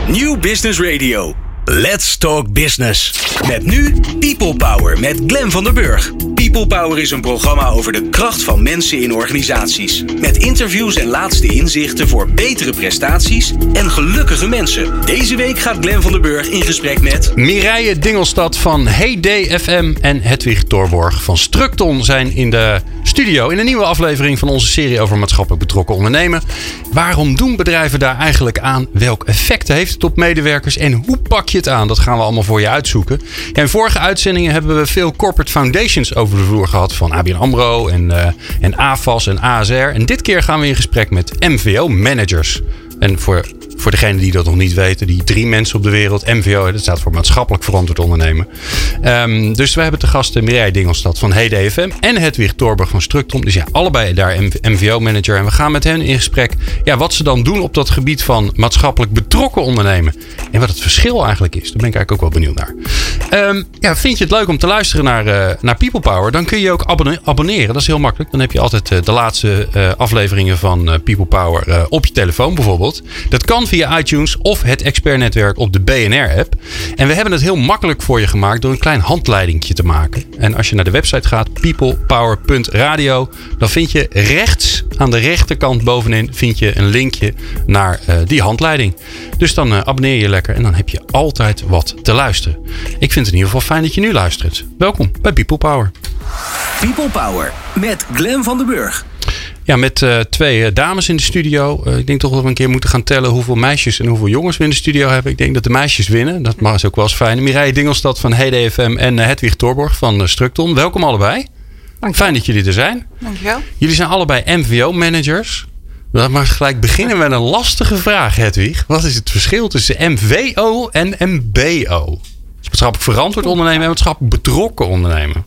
New Business Radio. Let's Talk Business. Met nu People Power met Glenn van der Burg. People Power is een programma over de kracht van mensen in organisaties. Met interviews en laatste inzichten voor betere prestaties en gelukkige mensen. Deze week gaat Glenn van der Burg in gesprek met Mireille Dingelstad van Hey FM en Hedwig Torborg van Structon zijn in de studio in een nieuwe aflevering van onze serie over maatschappelijk betrokken ondernemen. Waarom doen bedrijven daar eigenlijk aan? Welk effect heeft het op medewerkers en hoe pak je het aan? Dat gaan we allemaal voor je uitzoeken. Ja, in vorige uitzendingen hebben we veel corporate foundations over de vloer gehad van ABN AMRO en AFAS en ASR. En dit keer gaan we in gesprek met MVO-managers. En voor degenen die dat nog niet weten, die 3 mensen op de wereld. MVO, dat staat voor maatschappelijk verantwoord ondernemen. Dus we hebben te gast Mireille Dingelstad van Hey FM en Hedwig Torborg van Structon. Dus ja, allebei daar MVO-manager. En we gaan met hen in gesprek wat ze dan doen op dat gebied van maatschappelijk betrokken ondernemen. En wat het verschil eigenlijk is. Daar ben ik eigenlijk ook wel benieuwd naar. Vind je het leuk om te luisteren naar People Power? Dan kun je ook abonneren. Dat is heel makkelijk. Dan heb je altijd de laatste afleveringen van People Power op je telefoon bijvoorbeeld. Dat kan via iTunes of het expertnetwerk op de BNR-app. En we hebben het heel makkelijk voor je gemaakt door een klein handleidingje te maken. En als je naar de website gaat, peoplepower.radio, dan vind je rechts aan de rechterkant bovenin vind je een linkje naar die handleiding. Dus dan abonneer je lekker en dan heb je altijd wat te luisteren. Ik vind het in ieder geval fijn dat je nu luistert. Welkom bij People Power. People Power met Glenn van der Burg. Ja, met 2 dames in de studio. Ik denk toch dat we een keer moeten gaan tellen hoeveel meisjes en hoeveel jongens we in de studio hebben. Ik denk dat de meisjes winnen. Dat is ook wel eens fijn. Mireille Dingelstad van Hey FM en Hedwig Torborg van Structon. Welkom allebei. Dankjewel. Fijn dat jullie er zijn. Dankjewel. Jullie zijn allebei MVO-managers. Laten we gelijk beginnen met een lastige vraag, Hedwig. Wat is het verschil tussen MVO en MBO? Dus maatschappelijk verantwoord ondernemen en maatschappelijk betrokken ondernemen.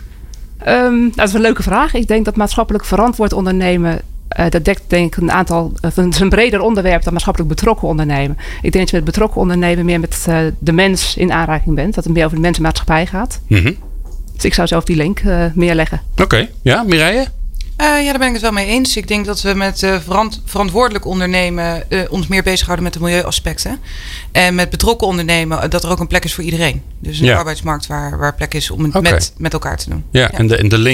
Dat is een leuke vraag. Ik denk dat maatschappelijk verantwoord ondernemen, dat dekt denk ik een aantal, het is een breder onderwerp dan maatschappelijk betrokken ondernemen. Ik denk dat je met betrokken ondernemen meer met de mens in aanraking bent. Dat het meer over de mensenmaatschappij gaat. Mm-hmm. Dus ik zou zelf die link meer leggen. Oké. Ja, Mireille? Ja, daar ben ik het wel mee eens. Ik denk dat we met verantwoordelijk ondernemen ons meer bezighouden met de milieuaspecten. En met betrokken ondernemen dat er ook een plek is voor iedereen. Dus een arbeidsmarkt waar plek is om het met elkaar te doen. Ja. En de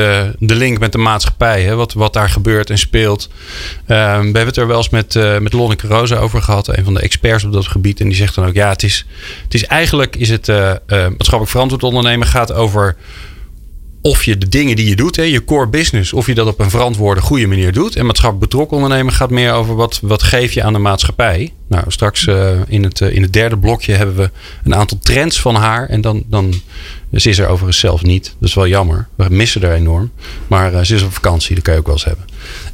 link met de maatschappij, hè, wat daar gebeurt en speelt. We hebben het er wel eens met Lonneke Rosa over gehad. Een van de experts op dat gebied. En die zegt dan ook, het is eigenlijk maatschappelijk verantwoord ondernemen gaat over of je de dingen die je doet, je core business, of je dat op een verantwoorde, goede manier doet. En maatschappelijk betrokken ondernemen gaat meer over wat geef je aan de maatschappij. Nou, straks in het derde blokje hebben we een aantal trends van haar. En dan ze is er overigens zelf niet. Dat is wel jammer. We missen haar enorm. Maar ze is op vakantie, dat kan je ook wel eens hebben.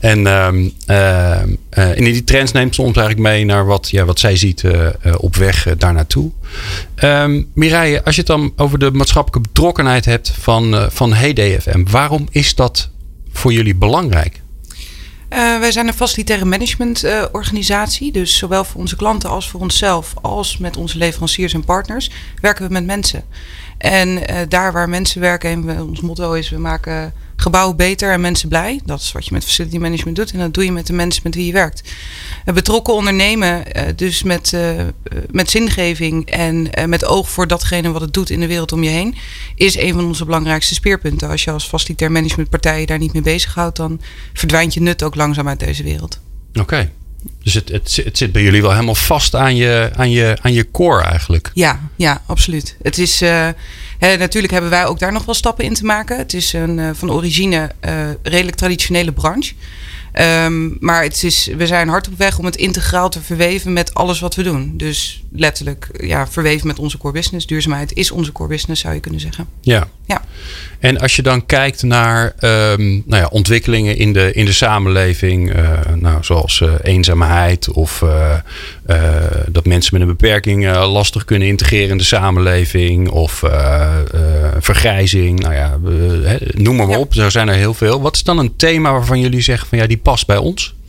En in die trends neemt ze ons eigenlijk mee naar wat zij ziet op weg daar naartoe. Mireille, als je het dan over de maatschappelijke betrokkenheid hebt van Hey FM, waarom is dat voor jullie belangrijk? Wij zijn een facilitaire managementorganisatie. Dus zowel voor onze klanten als voor onszelf als met onze leveranciers en partners werken we met mensen. En daar waar mensen werken, en ons motto is we maken gebouwen beter en mensen blij. Dat is wat je met facility management doet. En dat doe je met de mensen met wie je werkt. Betrokken ondernemen, dus met zingeving en met oog voor datgene wat het doet in de wereld om je heen, is een van onze belangrijkste speerpunten. Als je als facilitair managementpartij je daar niet mee bezighoudt, dan verdwijnt je nut ook langzaam uit deze wereld. Oké. Dus het zit bij jullie wel helemaal vast aan je core eigenlijk. Ja, absoluut. Het is natuurlijk hebben wij ook daar nog wel stappen in te maken. Het is van origine redelijk traditionele branche. Maar we zijn hard op weg om het integraal te verweven met alles wat we doen. Dus letterlijk verweven met onze core business. Duurzaamheid is onze core business, zou je kunnen zeggen. Ja. En als je dan kijkt naar ontwikkelingen in de samenleving, zoals eenzaamheid of dat mensen met een beperking lastig kunnen integreren in de samenleving of vergrijzing, noem maar op. Zo zijn er heel veel. Wat is dan een thema waarvan jullie zeggen van die past bij ons?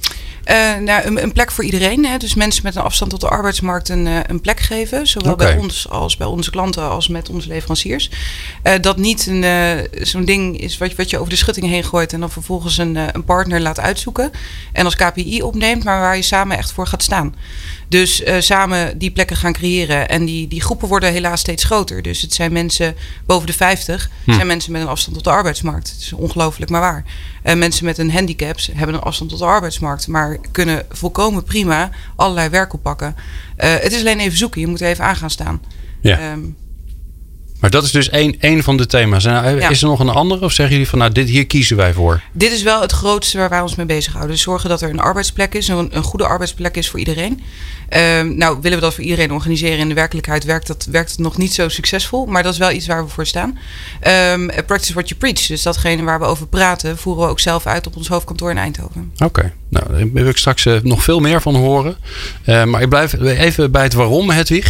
Een plek voor iedereen. Hè? Dus mensen met een afstand tot de arbeidsmarkt een plek geven. Zowel bij ons als bij onze klanten als met onze leveranciers. Dat niet zo'n ding is wat je over de schutting heen gooit en dan vervolgens een partner laat uitzoeken. En als KPI opneemt, maar waar je samen echt voor gaat staan. Dus samen die plekken gaan creëren. En die groepen worden helaas steeds groter. Dus het zijn mensen boven de 50. Zijn mensen met een afstand tot de arbeidsmarkt. Het is ongelooflijk maar waar. Mensen met een handicap hebben een afstand tot de arbeidsmarkt. Maar kunnen volkomen prima allerlei werk oppakken. Het is alleen even zoeken. Je moet er even aan gaan staan. Ja. Maar dat is dus één van de thema's. Is er nog een andere? Of zeggen jullie van hier kiezen wij voor? Dit is wel het grootste waar wij ons mee bezighouden. Dus zorgen dat er een arbeidsplek is. Een goede arbeidsplek is voor iedereen. Willen we dat voor iedereen organiseren? In de werkelijkheid werkt het nog niet zo succesvol. Maar dat is wel iets waar we voor staan. Practice what you preach. Dus datgene waar we over praten, voeren we ook zelf uit op ons hoofdkantoor in Eindhoven. Oké. Nou, daar wil ik straks nog veel meer van horen. Maar ik blijf even bij het waarom, Hedwig.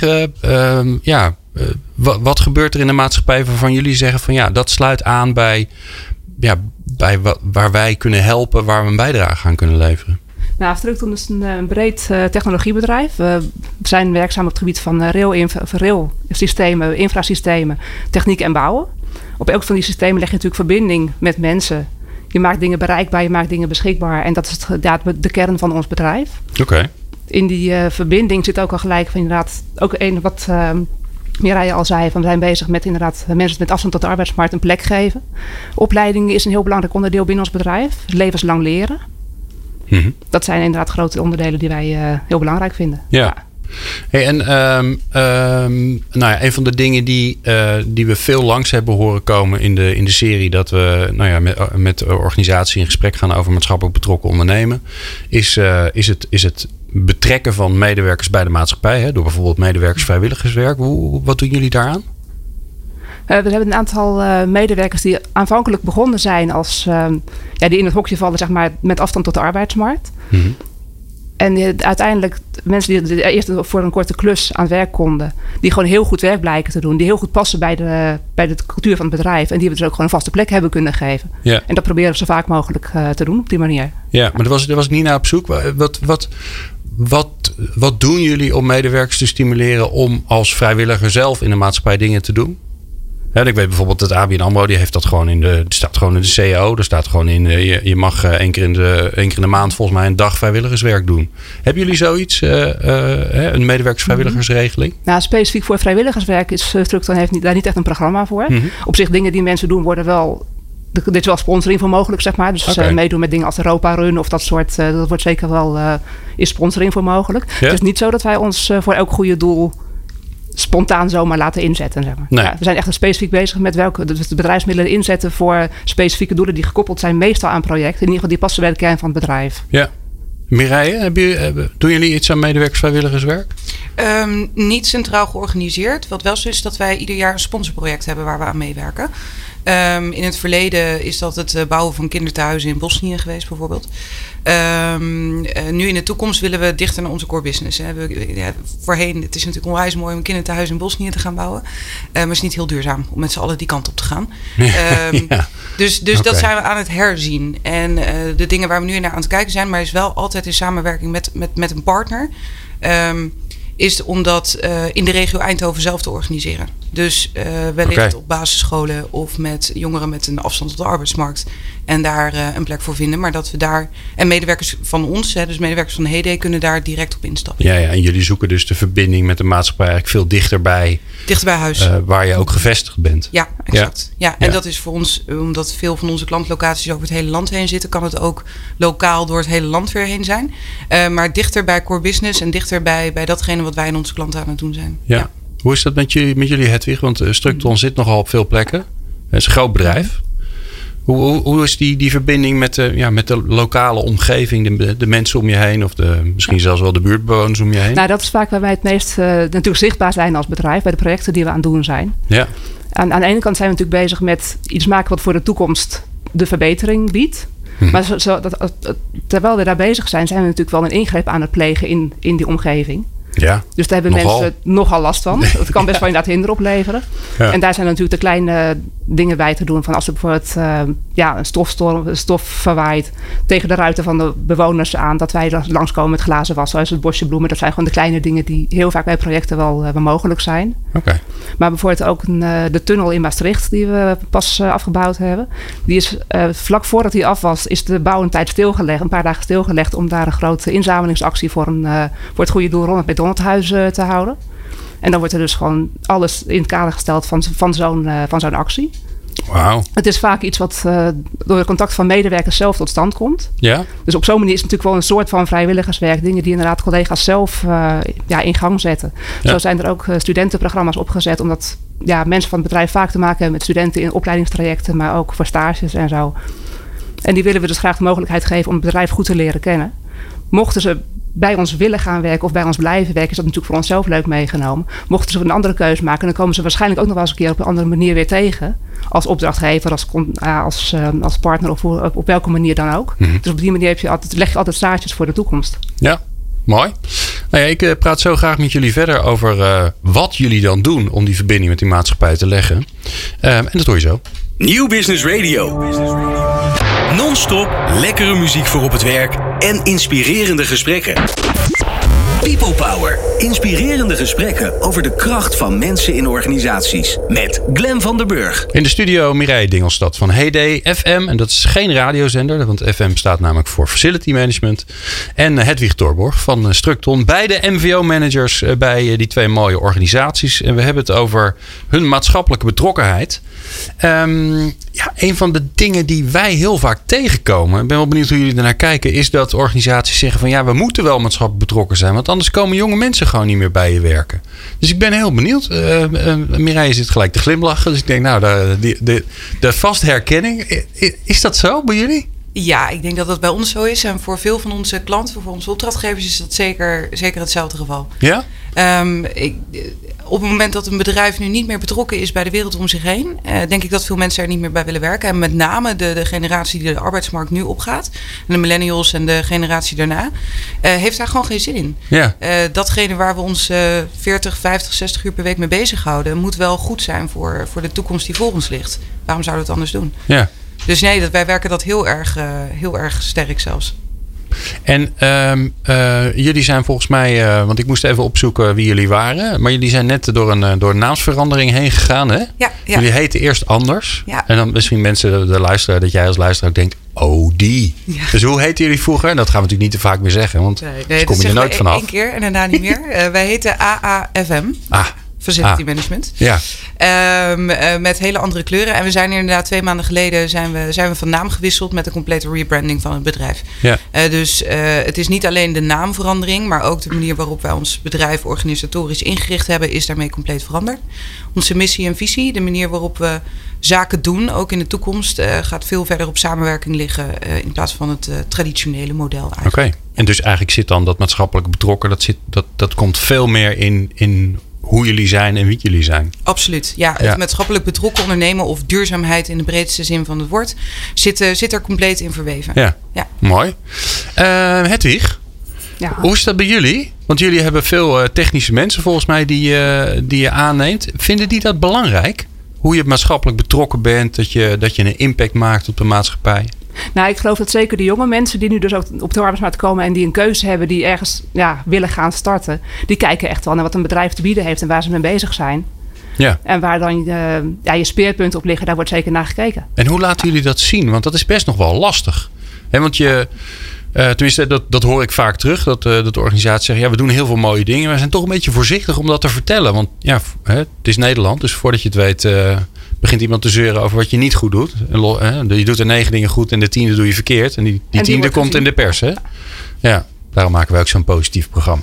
Wat gebeurt er in de maatschappij waarvan jullie zeggen van dat sluit aan bij waar wij kunnen helpen, waar we een bijdrage aan kunnen leveren? Nou, Structon is een breed technologiebedrijf. We zijn werkzaam op het gebied van railsystemen, infrasystemen, techniek en bouwen. Op elk van die systemen leg je natuurlijk verbinding met mensen. Je maakt dingen bereikbaar, je maakt dingen beschikbaar. En dat is de kern van ons bedrijf. Oké. In die verbinding zit ook al gelijk van inderdaad ook wat Mireille al zei, we zijn bezig met inderdaad mensen met afstand tot de arbeidsmarkt een plek geven. Opleiding is een heel belangrijk onderdeel binnen ons bedrijf. Levenslang leren. Mm-hmm. Dat zijn inderdaad grote onderdelen die wij heel belangrijk vinden. Ja. Hey, en een van de dingen die we veel langs hebben horen komen in de serie, dat we met de organisatie in gesprek gaan over maatschappelijk betrokken ondernemen, is het betrekken van medewerkers bij de maatschappij, hè, door bijvoorbeeld medewerkersvrijwilligerswerk. Wat doen jullie daaraan? We hebben een aantal medewerkers die aanvankelijk begonnen zijn als die in het hokje vallen, zeg maar, met afstand tot de arbeidsmarkt. Mm-hmm. En uiteindelijk mensen die eerst voor een korte klus aan werk konden, die gewoon heel goed werk blijken te doen, die heel goed passen bij de cultuur van het bedrijf en die we dus ook gewoon een vaste plek hebben kunnen geven. Ja. En dat proberen we zo vaak mogelijk te doen op die manier. Ja, maar daar was ik niet naar op zoek. Wat doen jullie om medewerkers te stimuleren om als vrijwilliger zelf in de maatschappij dingen te doen? Ja, ik weet bijvoorbeeld dat ABN AMRO, die heeft dat gewoon staat gewoon in de CAO. Er staat gewoon in, je mag één keer in de maand volgens mij een dag vrijwilligerswerk doen. Hebben jullie zoiets, een medewerkersvrijwilligersregeling? Nou, specifiek voor vrijwilligerswerk is Structon heeft daar niet echt een programma voor. Mm-hmm. Op zich dingen die mensen doen worden wel, dit is wel sponsoring voor mogelijk, zeg maar. Dus meedoen met dingen als Europa Run of dat soort, dat wordt zeker wel, is sponsoring voor mogelijk. Ja. Het is niet zo dat wij ons voor elk goede doel spontaan zomaar laten inzetten. Zeg maar. Nee. Ja, we zijn echt specifiek bezig met welke de bedrijfsmiddelen inzetten voor specifieke doelen die gekoppeld zijn meestal aan projecten. In ieder geval die passen bij de kern van het bedrijf. Ja. Mireille, doen jullie iets aan medewerkersvrijwilligerswerk? Niet centraal georganiseerd. Wat wel zo is dat wij ieder jaar een sponsorproject hebben waar we aan meewerken. In het verleden is dat het bouwen van kindertehuizen in Bosnië geweest bijvoorbeeld. Nu in de toekomst willen we dichter naar onze core business. Hè. Voorheen, het is natuurlijk onwijs mooi om een kindertehuis in Bosnië te gaan bouwen. Maar het is niet heel duurzaam om met z'n allen die kant op te gaan. Ja. Dus okay. Dat zijn we aan het herzien. En de dingen waar we nu naar aan het kijken zijn, maar is wel altijd in samenwerking met een partner. Is om dat in de regio Eindhoven zelf te organiseren. Dus wellicht op basisscholen of met jongeren met een afstand tot de arbeidsmarkt. En daar een plek voor vinden. Maar dat we daar, en medewerkers van ons, dus medewerkers van Heyday, kunnen daar direct op instappen. Ja, en jullie zoeken dus de verbinding met de maatschappij eigenlijk veel dichterbij. Dichter bij huis. Waar je ook gevestigd bent. Ja, exact. Ja, en dat is voor ons, omdat veel van onze klantlocaties over het hele land heen zitten, kan het ook lokaal door het hele land weer heen zijn. Maar dichter bij core business en dichter bij datgene wat wij en onze klanten aan het doen zijn. Ja. Hoe is dat met jullie, Hedwig? Want Structon zit nogal op veel plekken. Het is een groot bedrijf. Hoe is die verbinding met de lokale omgeving, de mensen om je heen of misschien zelfs wel de buurtbewoners om je heen? Nou, dat is vaak waar wij het meest natuurlijk zichtbaar zijn als bedrijf, bij de projecten die we aan het doen zijn. Ja. Aan de ene kant zijn we natuurlijk bezig met iets maken wat voor de toekomst de verbetering biedt. Maar terwijl we daar bezig zijn we natuurlijk wel een ingreep aan het plegen in die omgeving. Ja, dus daar hebben mensen nogal last van. Dat kan best wel inderdaad hinder opleveren. Ja. En daar zijn natuurlijk de kleine dingen bij te doen. Van als er bijvoorbeeld een stof verwaait tegen de ruiten van de bewoners aan, dat wij er langskomen met glazen wassen, zoals het bosje bloemen. Dat zijn gewoon de kleine dingen die heel vaak bij projecten wel mogelijk zijn. Okay. Maar bijvoorbeeld ook de tunnel in Maastricht, die we pas afgebouwd hebben. Die is vlak voordat die af was, is de bouw een paar dagen stilgelegd om daar een grote inzamelingsactie voor het goede doel rond het McDonald's-huis te houden. En dan wordt er dus gewoon alles in het kader gesteld van zo'n actie. Wauw. Het is vaak iets wat door het contact van medewerkers zelf tot stand komt. Ja. Dus op zo'n manier is het natuurlijk wel een soort van vrijwilligerswerk. Dingen die inderdaad collega's zelf in gang zetten. Ja. Zo zijn er ook studentenprogramma's opgezet. Omdat mensen van het bedrijf vaak te maken hebben met studenten in opleidingstrajecten. Maar ook voor stages en zo. En die willen we dus graag de mogelijkheid geven om het bedrijf goed te leren kennen. Mochten ze bij ons willen gaan werken of bij ons blijven werken, is dat natuurlijk voor onszelf leuk meegenomen. Mochten ze een andere keuze maken, dan komen ze waarschijnlijk ook nog wel eens een keer op een andere manier weer tegen. Als opdrachtgever, als partner of op welke manier dan ook. Mm-hmm. Dus op die manier leg je altijd zaadjes voor de toekomst. Ja, mooi. Nou ja, ik praat zo graag met jullie verder over wat jullie dan doen om die verbinding met die maatschappij te leggen. En dat hoor je zo. Nieuw Business Radio. Non-stop lekkere muziek voor op het werk en inspirerende gesprekken. People Power. Inspirerende gesprekken over de kracht van mensen in organisaties. Met Glenn van der Burg. In de studio Mireille Dingelstad van Heyday FM. En dat is geen radiozender, want FM staat namelijk voor Facility Management. En Hedwig Torborg van Structon. Beide MVO-managers bij die twee mooie organisaties. En we hebben het over hun maatschappelijke betrokkenheid. Een van de dingen die wij heel vaak tegenkomen, ik ben wel benieuwd hoe jullie ernaar kijken, is dat organisaties zeggen van we moeten wel maatschappelijk betrokken zijn, want anders komen jonge mensen gewoon niet meer bij je werken. Dus ik ben heel benieuwd. Mireille zit gelijk te glimlachen, dus ik denk de vaste herkenning, is dat zo bij jullie? Ja, ik denk dat dat bij ons zo is. En voor veel van onze klanten, voor onze opdrachtgevers, is dat zeker hetzelfde geval. Ja? Op het moment dat een bedrijf nu niet meer betrokken is bij de wereld om zich heen, denk ik dat veel mensen er niet meer bij willen werken. En met name de generatie die de arbeidsmarkt nu opgaat, de millennials en de generatie daarna, heeft daar gewoon geen zin in. Ja. Datgene waar we ons 40, 50, 60 uur per week mee bezighouden, moet wel goed zijn voor de toekomst die voor ons ligt. Waarom zouden we het anders doen? Ja. Dus nee, wij werken dat heel erg sterk zelfs. En jullie zijn volgens mij, want ik moest even opzoeken wie jullie waren. Maar jullie zijn net door een naamsverandering heen gegaan, hè? Ja. Jullie heten eerst anders. Ja. En dan misschien mensen, de luisteraar, dat jij als luisteraar ook denkt, oh die. Ja. Dus hoe heten jullie vroeger? Dat gaan we natuurlijk niet te vaak meer zeggen, want daar kom je er nooit vanaf. Één keer en daarna niet meer. Wij heten AAFM. Facility Management. Ja. Met hele andere kleuren. En we zijn inderdaad 2 maanden geleden zijn we van naam gewisseld met een complete rebranding van het bedrijf. Ja. Dus het is niet alleen de naamverandering, maar ook de manier waarop wij ons bedrijf organisatorisch ingericht hebben, is daarmee compleet veranderd. Onze missie en visie, de manier waarop we zaken doen, ook in de toekomst, gaat veel verder op samenwerking liggen in plaats van het traditionele model. Oké. En dus eigenlijk zit dan dat maatschappelijk betrokken, dat komt veel meer in hoe jullie zijn en wie jullie zijn. Absoluut. Ja, het maatschappelijk betrokken ondernemen of duurzaamheid in de breedste zin van het woord zit er compleet in verweven. Ja. Mooi. Hedwig, hoe is dat bij jullie? Want jullie hebben veel technische mensen volgens mij die je aanneemt. Vinden die dat belangrijk? Hoe je maatschappelijk betrokken bent, dat je een impact maakt op de maatschappij? Nou, ik geloof dat zeker de jonge mensen die nu dus ook op de arbeidsmarkt komen en die een keuze hebben, die ergens willen gaan starten, die kijken echt wel naar wat een bedrijf te bieden heeft en waar ze mee bezig zijn. Ja. En waar dan je speerpunten op liggen, daar wordt zeker naar gekeken. En hoe laten jullie dat zien? Want dat is best nog wel lastig. Want tenminste, dat hoor ik vaak terug, dat de organisatie zegt, we doen heel veel mooie dingen, maar we zijn toch een beetje voorzichtig om dat te vertellen. Want het is Nederland, dus voordat je het weet, begint iemand te zeuren over wat je niet goed doet. Je doet er 9 dingen goed en de 10e doe je verkeerd. En die 10e komt in de pers. Hè? Ja, daarom maken wij ook zo'n positief programma.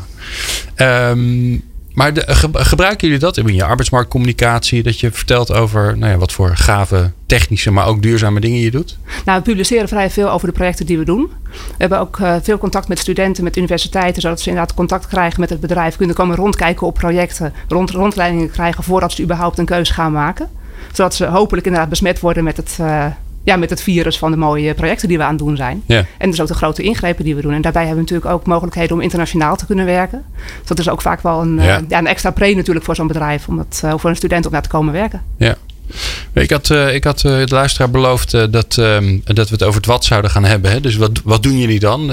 Maar gebruiken jullie dat in je arbeidsmarktcommunicatie? Dat je vertelt over wat voor gave technische, maar ook duurzame dingen je doet? Nou, we publiceren vrij veel over de projecten die we doen. We hebben ook veel contact met studenten, met universiteiten, zodat ze inderdaad contact krijgen met het bedrijf. Kunnen komen rondkijken op projecten, rondleidingen krijgen voordat ze überhaupt een keuze gaan maken. Zodat ze hopelijk inderdaad besmet worden met het virus van de mooie projecten die we aan het doen zijn. Ja. En dus ook de grote ingrepen die we doen. En daarbij hebben we natuurlijk ook mogelijkheden om internationaal te kunnen werken. Dus dat is ook vaak wel een extra pre natuurlijk voor zo'n bedrijf, voor een student om daar te komen werken. Ja. Ik had de luisteraar beloofd dat we het over het wat zouden gaan hebben. Hè? Dus wat doen jullie dan?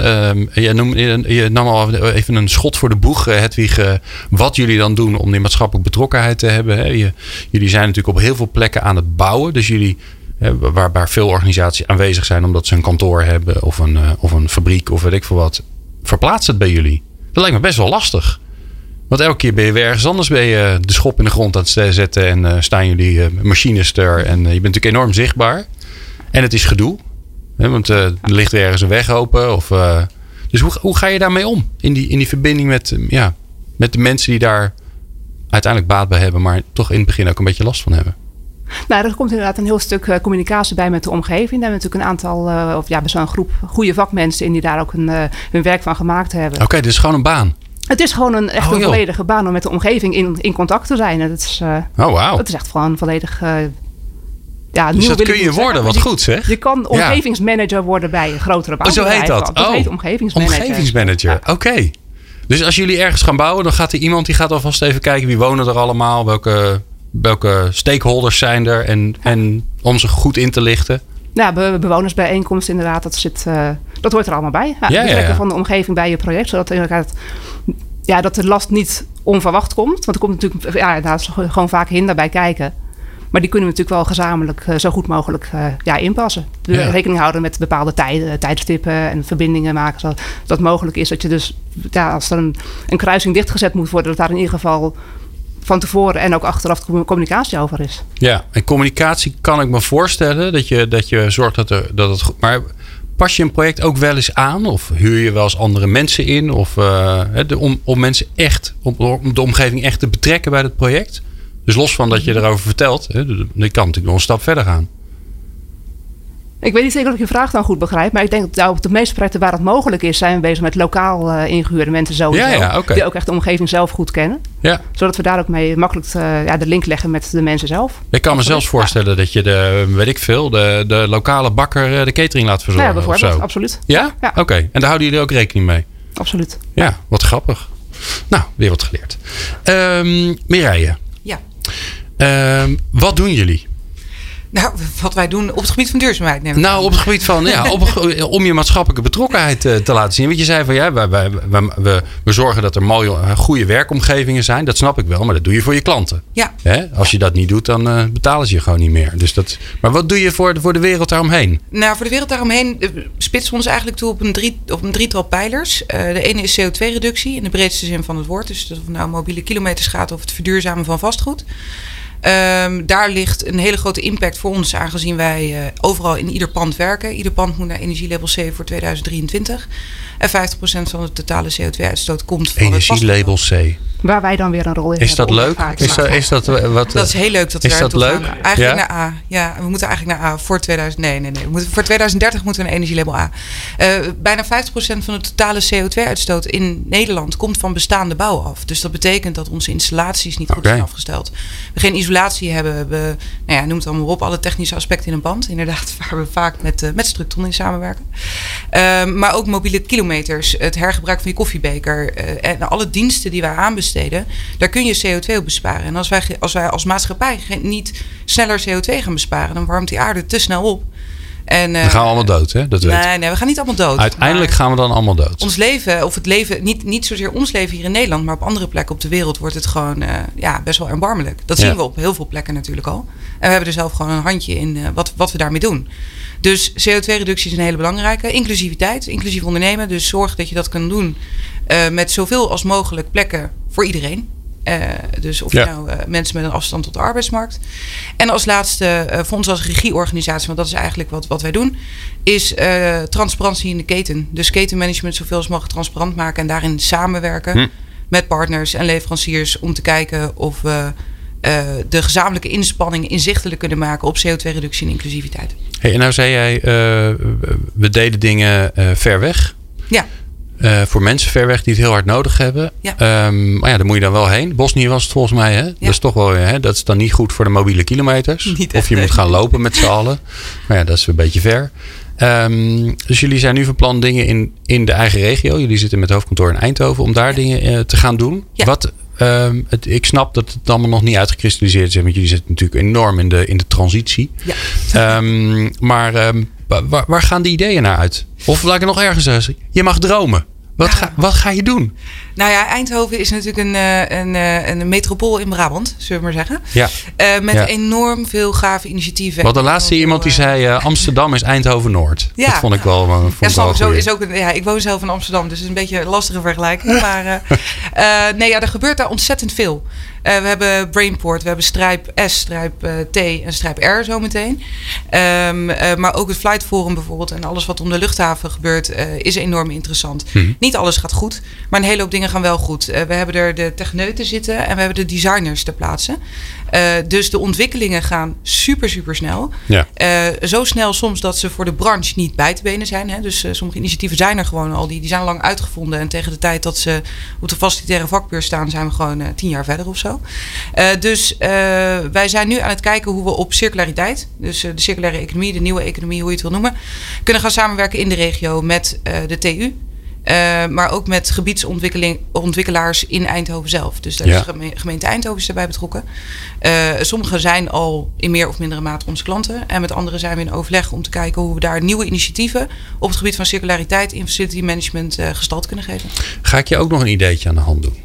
Je nam al even een schot voor de boeg, Hedwig. Wat jullie dan doen om die maatschappelijke betrokkenheid te hebben. Hè? Jullie zijn natuurlijk op heel veel plekken aan het bouwen. Dus jullie, waar veel organisaties aanwezig zijn omdat ze een kantoor hebben of een fabriek of weet ik veel wat. Verplaatst het bij jullie? Dat lijkt me best wel lastig. Want elke keer ben je weer ergens anders de schop in de grond aan het zetten. En staan jullie machines er. En je bent natuurlijk enorm zichtbaar. En het is gedoe. Hè, want er ligt weer ergens een weg open. Dus hoe ga je daarmee om? In die verbinding met de mensen die daar uiteindelijk baat bij hebben. Maar toch in het begin ook een beetje last van hebben. Nou, er komt inderdaad een heel stuk communicatie bij met de omgeving. Daar hebben we natuurlijk een aantal, best wel een groep goede vakmensen in die daar ook hun werk van gemaakt hebben. Oké, dit is gewoon een baan. Het is gewoon een volledige baan om met de omgeving in contact te zijn. Het is, wow. Het is echt gewoon volledig... dus dat kun je worden, wat goed zeg. Je kan omgevingsmanager worden bij een grotere baan. Zo heet dat? Dat heet omgevingsmanager. Omgevingsmanager, ja. Oké. Dus als jullie ergens gaan bouwen, dan gaat er iemand die gaat alvast even kijken wie wonen er allemaal, welke stakeholders zijn er en om ze goed in te lichten. Ja, bewonersbijeenkomst inderdaad, dat hoort er allemaal bij. Betrekken van de omgeving bij je project, zodat inderdaad dat de last niet onverwacht komt. Want er komt natuurlijk daar is gewoon vaak hinder bij kijken. Maar die kunnen we natuurlijk wel gezamenlijk zo goed mogelijk inpassen. Rekening houden met bepaalde tijdstippen en verbindingen maken. Zodat het mogelijk is dat je dus, als er een kruising dichtgezet moet worden, dat daar in ieder geval van tevoren en ook achteraf communicatie over is. Ja, en communicatie kan ik me voorstellen dat je zorgt dat het goed. Maar pas je een project ook wel eens aan? Of huur je wel eens andere mensen in? Of om mensen echt, om de omgeving echt te betrekken bij het project? Dus los van dat je erover vertelt, dan kan natuurlijk nog een stap verder gaan. Ik weet niet zeker of ik je vraag dan goed begrijp. Maar ik denk dat op de meeste projecten waar het mogelijk is, zijn we bezig met lokaal ingehuurde mensen sowieso. Die ook echt de omgeving zelf goed kennen. Ja. Zodat we daar ook mee makkelijk de link leggen met de mensen zelf. Ik kan me zelfs voorstellen dat je de lokale bakker de catering laat verzorgen. Ja, bijvoorbeeld. Of zo. Absoluut. Ja? Ja. Oké. En daar houden jullie ook rekening mee? Absoluut. Ja, wat grappig. Nou, weer wat geleerd. Mireille. Ja. Wat doen jullie? Nou, wat wij doen op het gebied van duurzaamheid. Op het gebied van, om je maatschappelijke betrokkenheid te laten zien. Want je zei van we zorgen dat er mooie, goede werkomgevingen zijn. Dat snap ik wel, maar dat doe je voor je klanten. Ja. Als je dat niet doet, dan betalen ze je gewoon niet meer. Dus maar wat doe je voor de wereld daaromheen? Nou, voor de wereld daaromheen spitsen we ons eigenlijk toe op een drietal pijlers. De ene is CO2-reductie in de breedste zin van het woord. Dus of het nou mobiele kilometers gaat of het verduurzamen van vastgoed. Daar ligt een hele grote impact voor ons, aangezien wij overal in ieder pand werken. Ieder pand moet naar energielabel C voor 2023. En 50% van de totale CO2-uitstoot komt van energielabel C. Waar wij dan weer een rol in hebben. Is dat leuk? Dat is heel leuk dat we daar naartoe gaan. Eigenlijk naar A. Ja, we moeten eigenlijk naar A voor 2000. Nee. Voor 2030 moeten we naar energielabel A. Bijna 50% van de totale CO2-uitstoot in Nederland komt van bestaande bouw af. Dus dat betekent dat onze installaties niet goed zijn afgesteld. We geen isolatie hebben. We noem het allemaal op. Alle technische aspecten in een pand. Inderdaad, waar we vaak met Structon in samenwerken. Maar ook mobiele kilometers. Het hergebruik van je koffiebeker. En alle diensten die wij aanbesteden. Daar kun je CO2 op besparen. En als wij als maatschappij niet sneller CO2 gaan besparen, dan warmt die aarde te snel op. En, dan gaan we allemaal dood, hè? Nee, we gaan niet allemaal dood. Uiteindelijk gaan we dan allemaal dood. Ons leven, of het leven, niet zozeer ons leven hier in Nederland, maar op andere plekken op de wereld wordt het gewoon best wel erbarmelijk. Dat zien we op heel veel plekken natuurlijk al. En we hebben er zelf gewoon een handje in wat we daarmee doen. Dus CO2-reductie is een hele belangrijke. Inclusiviteit, inclusief ondernemen. Dus zorg dat je dat kan doen met zoveel als mogelijk plekken voor iedereen. Dus of mensen met een afstand tot de arbeidsmarkt. En als laatste, voor ons als regieorganisatie, want dat is eigenlijk wat wij doen, is transparantie in de keten. Dus ketenmanagement zoveel als mogelijk transparant maken en daarin samenwerken met partners en leveranciers om te kijken of we de gezamenlijke inspanningen inzichtelijk kunnen maken op CO2-reductie en inclusiviteit. Hey, en nou zei jij, we deden dingen ver weg. Ja. Voor mensen ver weg die het heel hard nodig hebben. Ja. Maar daar moet je dan wel heen. Bosnië was het volgens mij. Hè? Ja. Dat is toch wel, dat is dan niet goed voor de mobiele kilometers. Of je moet gaan lopen met z'n allen. Maar dat is een beetje ver. Dus jullie zijn nu van plan dingen in de eigen regio. Jullie zitten met hoofdkantoor in Eindhoven om daar dingen te gaan doen. Ja. Ik snap dat het allemaal nog niet uitgekristalliseerd is. Want jullie zitten natuurlijk enorm in de transitie. Ja. Waar gaan die ideeën naar uit? Of laat ik het nog ergens zeggen. Je mag dromen. Wat ga je doen? Nou ja, Eindhoven is natuurlijk een metropool in Brabant, zullen we maar zeggen. Ja. Met enorm veel gave initiatieven. Wat de laatste iemand die zei, Amsterdam is Eindhoven-Noord. Ja. Dat vond ik wel ik woon zelf in Amsterdam, dus het is een beetje een lastige vergelijking. Maar er gebeurt daar ontzettend veel. We hebben Brainport, we hebben Strijp S, Strijp T en Strijp R zometeen. Maar ook het Flight Forum bijvoorbeeld en alles wat om de luchthaven gebeurt is enorm interessant. Niet alles gaat goed, maar een hele hoop dingen gaan wel goed. We hebben er de techneuten zitten en we hebben de designers ter plaatse. Dus de ontwikkelingen gaan super, super snel. Ja. Zo snel soms dat ze voor de branche niet bij te benen zijn. Hè? Dus sommige initiatieven zijn er gewoon al. Die zijn al lang uitgevonden. En tegen de tijd dat ze op de facilitaire vakbeurs staan, zijn we gewoon 10 jaar verder of zo. Dus wij zijn nu aan het kijken hoe we op circulariteit, dus de circulaire economie, de nieuwe economie, hoe je het wil noemen, kunnen gaan samenwerken in de regio met de TU. Maar ook met gebiedsontwikkelaars in Eindhoven zelf. Dus daar is de gemeente Eindhoven erbij betrokken. Sommigen zijn al in meer of mindere mate onze klanten. En met anderen zijn we in overleg om te kijken hoe we daar nieuwe initiatieven op het gebied van circulariteit in facility management gestalte kunnen geven. Ga ik je ook nog een ideetje aan de hand doen?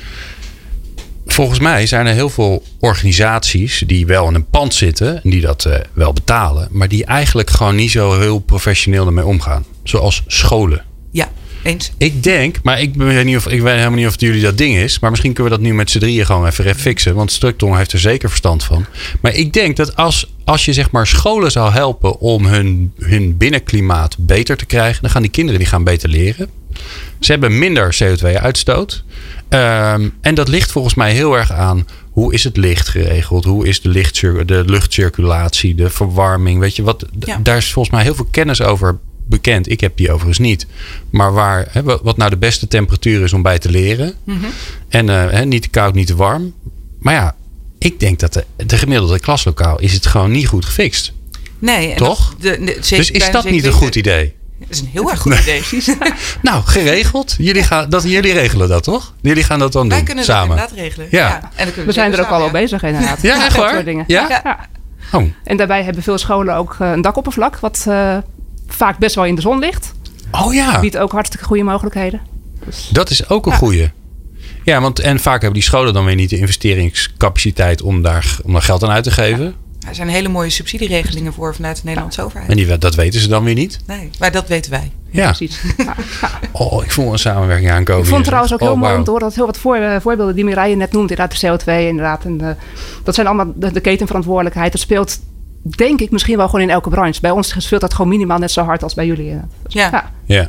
Volgens mij zijn er heel veel organisaties die wel in een pand zitten en die dat wel betalen, maar die eigenlijk gewoon niet zo heel professioneel ermee omgaan. Zoals scholen. Ja. Eens. Ik denk, maar ik weet helemaal niet of het jullie dat ding is. Maar misschien kunnen we dat nu met z'n drieën gewoon even fixen. Want Structon heeft er zeker verstand van. Maar ik denk dat als je zeg maar scholen zou helpen om hun binnenklimaat beter te krijgen. Dan gaan die kinderen beter leren. Ze hebben minder CO2-uitstoot. En dat ligt volgens mij heel erg aan hoe is het licht geregeld? Hoe is de luchtcirculatie, de verwarming? Weet je wat? Ja. Daar is volgens mij heel veel kennis over bekend. Ik heb die overigens niet. Maar wat nou de beste temperatuur is om bij te leren. Mm-hmm. En niet te koud, niet te warm. Maar ja, ik denk dat de gemiddelde klaslokaal is het gewoon niet goed gefixt. Nee. Toch? Dus is dat niet een goed idee? Dat is een heel erg goed idee. Nou, geregeld. Jullie regelen dat, toch? Jullie gaan dat dan Wij doen kunnen samen. Dat inderdaad regelen. Ja. En we zijn er ook al bezig inderdaad. Ja, echt waar? Dingen. Ja? Oh. En daarbij hebben veel scholen ook een dakoppervlak. Wat vaak best wel in de zon ligt. Oh ja. Biedt ook hartstikke goede mogelijkheden. Dus, dat is ook een goeie. Ja, en vaak hebben die scholen dan weer niet de investeringscapaciteit om daar geld aan uit te geven. Er zijn hele mooie subsidieregelingen voor vanuit de Nederlandse overheid. En dat weten ze dan weer niet? Nee, maar dat weten wij. Ja, precies. Ik voel een samenwerking aankomen. Ik vond trouwens ook heel mooi om te horen dat heel wat voorbeelden die Mireille net noemt. Inderdaad de CO2 inderdaad. En dat zijn allemaal de ketenverantwoordelijkheid. Dat speelt denk ik misschien wel gewoon in elke branche. Bij ons speelt dat gewoon minimaal net zo hard als bij jullie. Ja.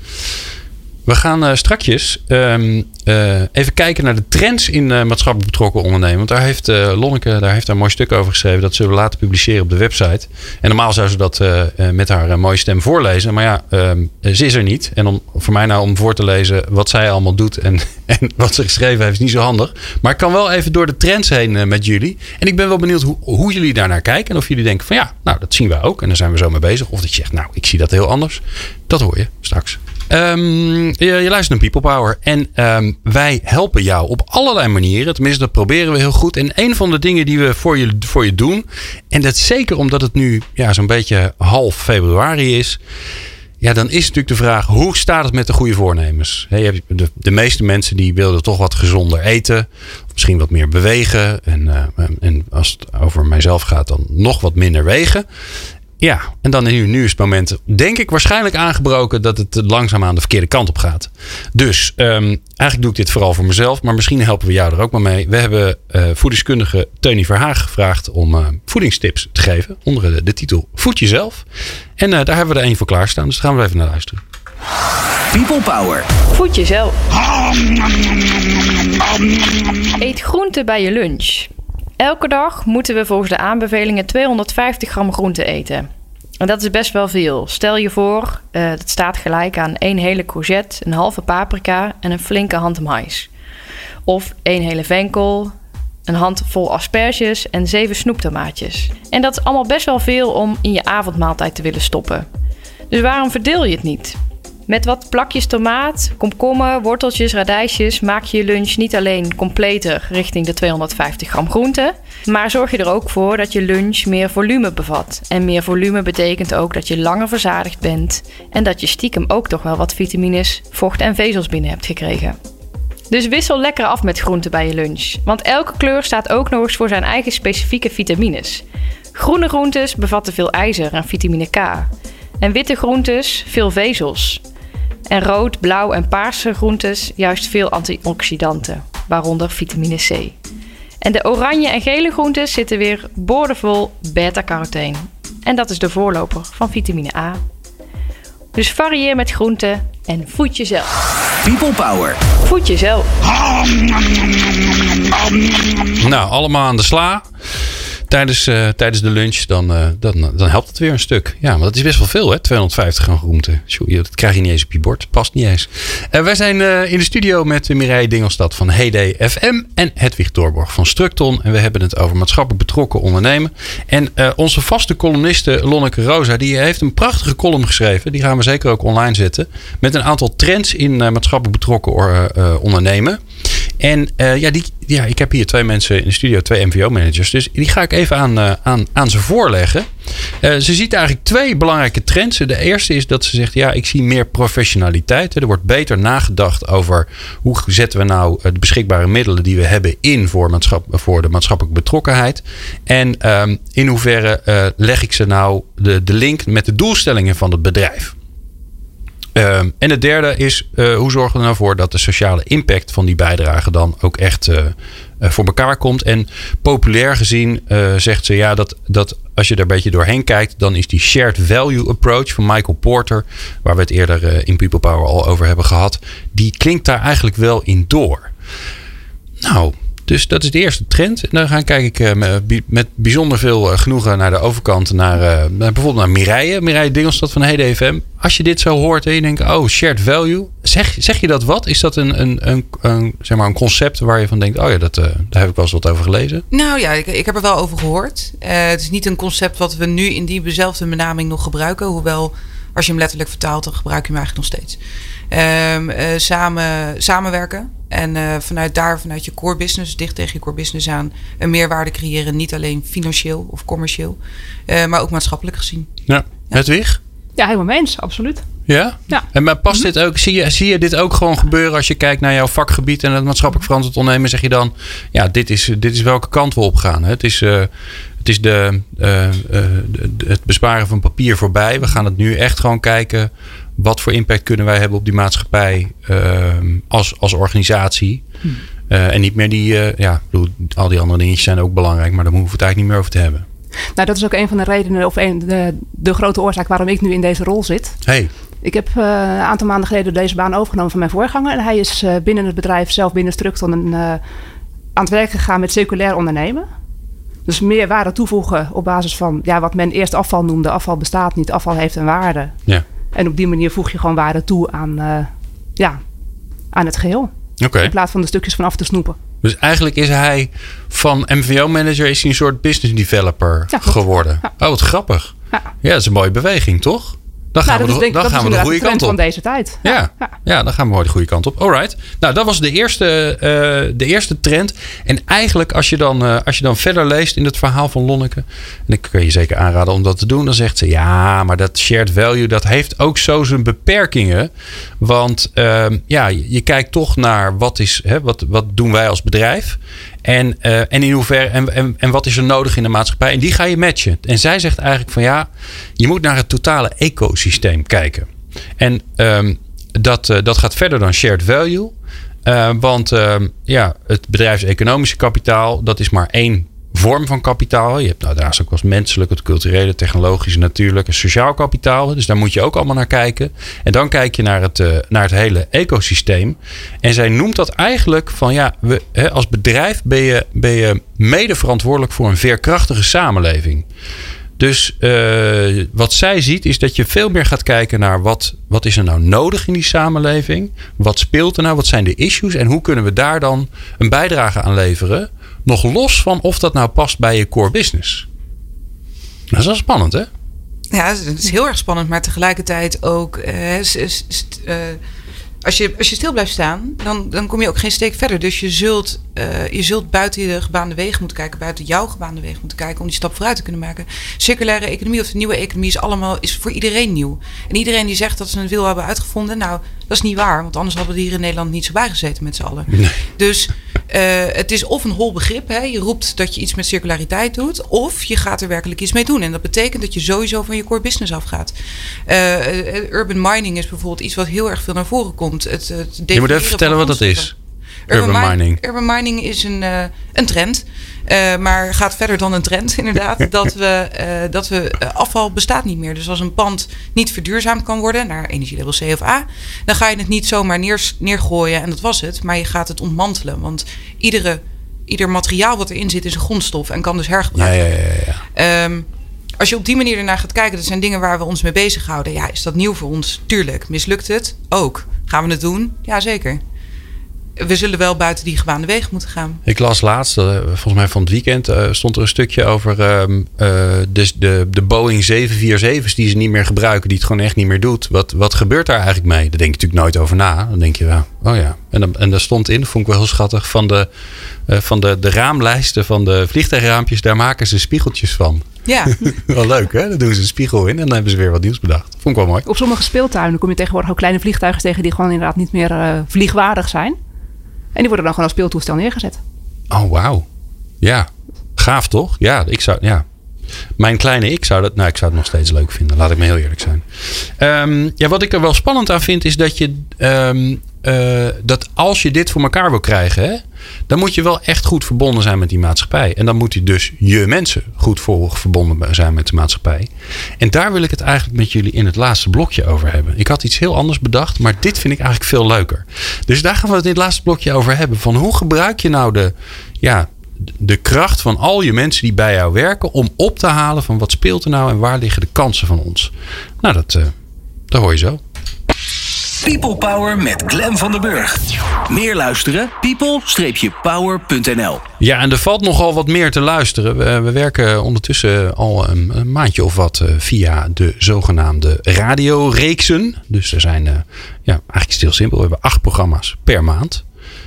We gaan strakjes even kijken naar de trends in maatschappelijk betrokken ondernemen. Want daar heeft Lonneke een mooi stuk over geschreven. Dat zullen we later publiceren op de website. En normaal zou ze dat met haar mooie stem voorlezen. Maar ja, ze is er niet. En voor mij nou om voor te lezen wat zij allemaal doet en wat ze geschreven heeft is niet zo handig. Maar ik kan wel even door de trends heen met jullie. En ik ben wel benieuwd hoe jullie daarnaar kijken. En of jullie denken van ja, nou dat zien wij ook. En daar zijn we zo mee bezig. Of dat je zegt, nou ik zie dat heel anders. Dat hoor je straks. Je luistert naar People Power. En wij helpen jou op allerlei manieren. Tenminste, dat proberen we heel goed. En een van de dingen die we voor je doen. En dat zeker omdat het nu zo'n beetje half februari is. Ja, dan is natuurlijk de vraag. Hoe staat het met de goede voornemens? De meeste mensen die willen toch wat gezonder eten. Of misschien wat meer bewegen. En als het over mijzelf gaat dan nog wat minder wegen. Ja, en dan nu is het moment, denk ik, waarschijnlijk aangebroken dat het langzaamaan de verkeerde kant op gaat. Dus eigenlijk doe ik dit vooral voor mezelf, maar misschien helpen we jou er ook maar mee. We hebben voedingskundige Teunie Verhaag gevraagd om voedingstips te geven onder de titel Voed jezelf. En daar hebben we er één voor klaarstaan, dus daar gaan we even naar luisteren. People Power. Voed jezelf. Eet groente bij je lunch. Elke dag moeten we volgens de aanbevelingen 250 gram groente eten. En dat is best wel veel. Stel je voor, dat staat gelijk aan 1 hele courgette, een halve paprika en een flinke hand mais. Of 1 hele venkel, een handvol asperges en 7 snoeptomaatjes. En dat is allemaal best wel veel om in je avondmaaltijd te willen stoppen. Dus waarom verdeel je het niet? Met wat plakjes tomaat, komkommer, worteltjes, radijsjes maak je lunch niet alleen completer richting de 250 gram groente, maar zorg je er ook voor dat je lunch meer volume bevat. En meer volume betekent ook dat je langer verzadigd bent en dat je stiekem ook toch wel wat vitamines, vocht en vezels binnen hebt gekregen. Dus wissel lekker af met groenten bij je lunch, want elke kleur staat ook nog eens voor zijn eigen specifieke vitamines. Groene groentes bevatten veel ijzer en vitamine K. En witte groentes veel vezels. En rood, blauw en paarse groentes juist veel antioxidanten, waaronder vitamine C. En de oranje en gele groentes zitten weer boordevol beta-carotene. En dat is de voorloper van vitamine A. Dus varieer met groenten en voed jezelf. People Power. Voed jezelf. Nou, allemaal aan de sla. Tijdens de lunch, dan helpt het weer een stuk. Ja, maar dat is best wel veel, hè? 250 gram groente. Dat krijg je niet eens op je bord. Past niet eens. Wij zijn in de studio met Mireille Dingelstad van Heyday FM en Hedwig Doorborg van Structon. En we hebben het over maatschappelijk betrokken ondernemen. En onze vaste columniste Lonneke Rosa, die heeft een prachtige column geschreven. Die gaan we zeker ook online zetten. Met een aantal trends in maatschappelijk betrokken ondernemen. En ik heb hier 2 mensen in de studio, 2 MVO-managers. Dus die ga ik even aan ze voorleggen. Ze ziet eigenlijk 2 belangrijke trends. De eerste is dat ze zegt, ik zie meer professionaliteit. Er wordt beter nagedacht over hoe zetten we nou de beschikbare middelen die we hebben in voor de maatschappelijke betrokkenheid. En in hoeverre leg ik ze nou de link met de doelstellingen van het bedrijf. En het derde is, hoe zorgen we er nou voor dat de sociale impact van die bijdrage dan ook echt voor elkaar komt. En populair gezien zegt ze dat als je er een beetje doorheen kijkt, dan is die shared value approach van Michael Porter, waar we het eerder in People Power al over hebben gehad, die klinkt daar eigenlijk wel in door. Nou, dus dat is de eerste trend. En dan kijk ik met bijzonder veel genoegen naar de overkant. Bijvoorbeeld naar Mireille Dingelstad van Heyday FM. Als je dit zo hoort en je denkt, shared value. Zeg je dat wat? Is dat een concept waar je van denkt, daar heb ik wel eens wat over gelezen? Nou ja, ik heb er wel over gehoord. Het is niet een concept wat we nu in diezelfde benaming nog gebruiken. Hoewel, als je hem letterlijk vertaalt, dan gebruik je hem eigenlijk nog steeds. Samenwerken. En vanuit je core business, dicht tegen je core business aan, een meerwaarde creëren. Niet alleen financieel of commercieel, maar ook maatschappelijk gezien. Ja. Hedwig? Ja, helemaal mee eens, absoluut. Ja? En maar past dit ook? Zie je dit ook gewoon gebeuren als je kijkt naar jouw vakgebied en het maatschappelijk verantwoord ondernemen? Zeg je dan, dit is welke kant we op gaan. Hè? Het is het besparen van papier voorbij. We gaan het nu echt gewoon kijken, wat voor impact kunnen wij hebben op die maatschappij als organisatie. En niet meer al die andere dingetjes zijn ook belangrijk, maar daar hoeven we het eigenlijk niet meer over te hebben. Nou, dat is ook een van de redenen, of de grote oorzaak waarom ik nu in deze rol zit. Hey. Ik heb een aantal maanden geleden deze baan overgenomen van mijn voorganger. En hij is binnen het bedrijf zelf, binnen Structon, aan het werk gegaan met circulair ondernemen. Dus meer waarde toevoegen op basis van wat men eerst afval noemde. Afval bestaat niet, afval heeft een waarde. Ja. En op die manier voeg je gewoon waarde toe aan het geheel. Okay. In plaats van de stukjes vanaf te snoepen. Dus eigenlijk is hij van MVO-manager een soort business developer geworden. Ja. Oh, wat grappig. Ja, dat is een mooie beweging, toch? Dan gaan we de goede kant op. Van deze tijd. Ja, dan gaan we mooi de goede kant op. Alright. Nou, dat was de eerste trend. En eigenlijk, als je dan verder leest in het verhaal van Lonneke, en ik kan je zeker aanraden om dat te doen, dan zegt ze, maar dat shared value, dat heeft ook zo zijn beperkingen. Want je kijkt toch naar wat doen wij als bedrijf. En in hoeverre en wat is er nodig in de maatschappij? En die ga je matchen. En zij zegt eigenlijk van je moet naar het totale ecosysteem kijken. En dat gaat verder dan shared value. Want het bedrijfseconomische kapitaal, dat is maar één vorm van kapitaal. Je hebt daar is ook wel menselijk, het culturele, technologische, natuurlijk en sociaal kapitaal. Dus daar moet je ook allemaal naar kijken. En dan kijk je naar het hele ecosysteem. En zij noemt dat eigenlijk van als bedrijf ben je mede verantwoordelijk voor een veerkrachtige samenleving. Dus wat zij ziet is dat je veel meer gaat kijken naar wat is er nou nodig in die samenleving? Wat speelt er nou? Wat zijn de issues? En hoe kunnen we daar dan een bijdrage aan leveren? Nog los van of dat nou past bij je core business. Dat is wel spannend, hè? Ja, het is heel erg spannend, maar tegelijkertijd ook... Als je stil blijft staan, dan kom je ook geen steek verder. Dus je zult buiten de gebaande wegen moeten kijken, buiten jouw gebaande wegen moeten kijken, om die stap vooruit te kunnen maken. Circulaire economie of de nieuwe economie is voor iedereen nieuw. En iedereen die zegt dat ze een wiel hebben uitgevonden, nou, dat is niet waar. Want anders hadden we hier in Nederland niet zo bijgezeten met z'n allen. Nee. Dus het is of een hol begrip. Hè? Je roept dat je iets met circulariteit doet, of je gaat er werkelijk iets mee doen. En dat betekent dat je sowieso van je core business afgaat. Urban mining is bijvoorbeeld iets wat heel erg veel naar voren komt. Je moet even vertellen wat dat is. Urban mining. Urban mining is een trend. Maar gaat verder dan een trend, inderdaad. dat we afval bestaat niet meer. Dus als een pand niet verduurzaamd kan worden naar energielabel C of A, dan ga je het niet zomaar neergooien en dat was het. Maar je gaat het ontmantelen. Want ieder materiaal wat erin zit is een grondstof en kan dus hergebruikt worden. Ja. Als je op die manier ernaar gaat kijken, dat zijn dingen waar we ons mee bezighouden. Ja, is dat nieuw voor ons? Tuurlijk. Mislukt het? Ook. Gaan we het doen? Ja, zeker. We zullen wel buiten die gebaande wegen moeten gaan. Ik las laatst, volgens mij van het weekend, stond er een stukje over de Boeing 747's die ze niet meer gebruiken, die het gewoon echt niet meer doet. Wat gebeurt daar eigenlijk mee? Daar denk je natuurlijk nooit over na. Dan denk je wel, oh ja. En daar stond in, dat vond ik wel heel schattig, van de raamlijsten van de vliegtuigraampjes, daar maken ze spiegeltjes van. Ja. Wel leuk, hè? Dan doen ze een spiegel in en dan hebben ze weer wat nieuws bedacht. Vond ik wel mooi. Op sommige speeltuinen kom je tegenwoordig ook kleine vliegtuigen tegen die gewoon inderdaad niet meer vliegwaardig zijn. En die worden dan gewoon als speeltoestel neergezet. Oh, wauw. Ja, gaaf toch? Ja, mijn kleine ik zou het nog steeds leuk vinden. Laat ik me heel eerlijk zijn. Wat ik er wel spannend aan vind is dat dat als je dit voor elkaar wil krijgen, hè, dan moet je wel echt goed verbonden zijn met die maatschappij. En dan moet je dus je mensen goed verbonden zijn met de maatschappij. En daar wil ik het eigenlijk met jullie in het laatste blokje over hebben. Ik had iets heel anders bedacht, maar dit vind ik eigenlijk veel leuker. Dus daar gaan we het in het laatste blokje over hebben. Van hoe gebruik je nou de kracht van al je mensen die bij jou werken om op te halen van wat speelt er nou en waar liggen de kansen van ons. Nou, dat hoor je zo. People Power met Glenn van der Burg. Meer luisteren? people-power.nl. Ja, en er valt nogal wat meer te luisteren. We werken ondertussen al een maandje of wat via de zogenaamde radioreeksen. Dus er zijn eigenlijk is het heel simpel. We hebben 8 programma's per maand.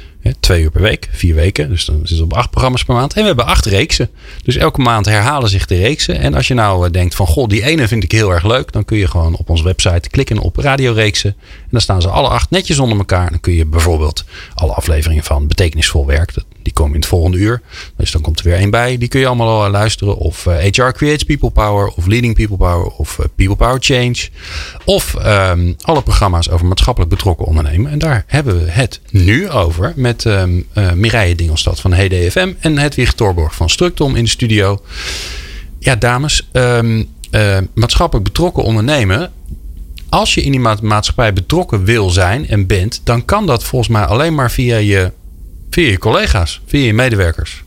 2 uur per week, 4 weken. Dus dan zit het op 8 programma's per maand. En we hebben 8 reeksen. Dus elke maand herhalen zich de reeksen. En als je nou denkt van, goh, die ene vind ik heel erg leuk. Dan kun je gewoon op onze website klikken op radioreeksen. En dan staan ze alle 8 netjes onder elkaar. Dan kun je bijvoorbeeld alle afleveringen van Betekenisvol Werk. Die komen in het volgende uur. Dus dan komt er weer 1 bij. Die kun je allemaal luisteren. Of HR Creates People Power. Of Leading People Power. Of People Power Change. Of alle programma's over maatschappelijk betrokken ondernemen. En daar hebben we het nu over met Mireille Dingelstad van HDFM en Hedwig Torborg van Structon in de studio. Ja, dames, maatschappelijk betrokken ondernemen. Als je in die maatschappij betrokken wil zijn en bent, dan kan dat volgens mij alleen maar via je collega's, via je medewerkers.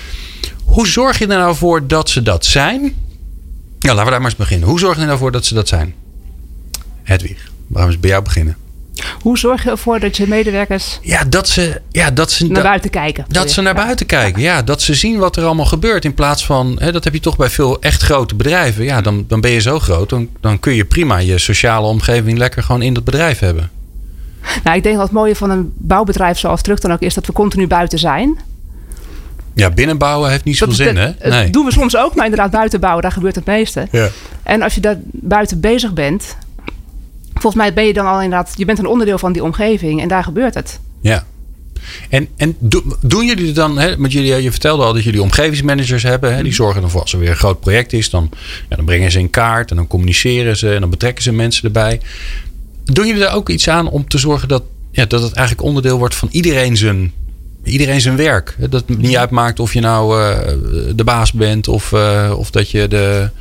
Hoe zorg je er nou voor dat ze dat zijn? Ja, laten we daar maar eens beginnen. Hoe zorg je er nou voor dat ze dat zijn? Hedwig, laten we eens bij jou beginnen. Hoe zorg je ervoor dat je medewerkers dat ze naar buiten kijken? Dat ze naar buiten kijken. Ja, dat ze zien wat er allemaal gebeurt. In plaats van, dat heb je toch bij veel echt grote bedrijven. Ja, dan ben je zo groot. Dan kun je prima je sociale omgeving lekker gewoon in dat bedrijf hebben. Nou, ik denk dat het mooie van een bouwbedrijf zoals Structon ook is dat we continu buiten zijn. Ja, binnenbouwen heeft niet zoveel zin, hè? Nee. Dat doen we soms ook, maar inderdaad buiten bouwen, daar gebeurt het meeste. Ja. En als je daar buiten bezig bent, volgens mij ben je dan al inderdaad, je bent een onderdeel van die omgeving en daar gebeurt het. Ja. En doen jullie er dan, want je vertelde al dat jullie omgevingsmanagers hebben, die zorgen dan voor als er weer een groot project is, dan brengen ze in kaart en dan communiceren ze en dan betrekken ze mensen erbij. Doen jullie er ook iets aan om te zorgen dat het eigenlijk onderdeel wordt van iedereen zijn werk? Dat het niet uitmaakt of je nou de baas bent of dat je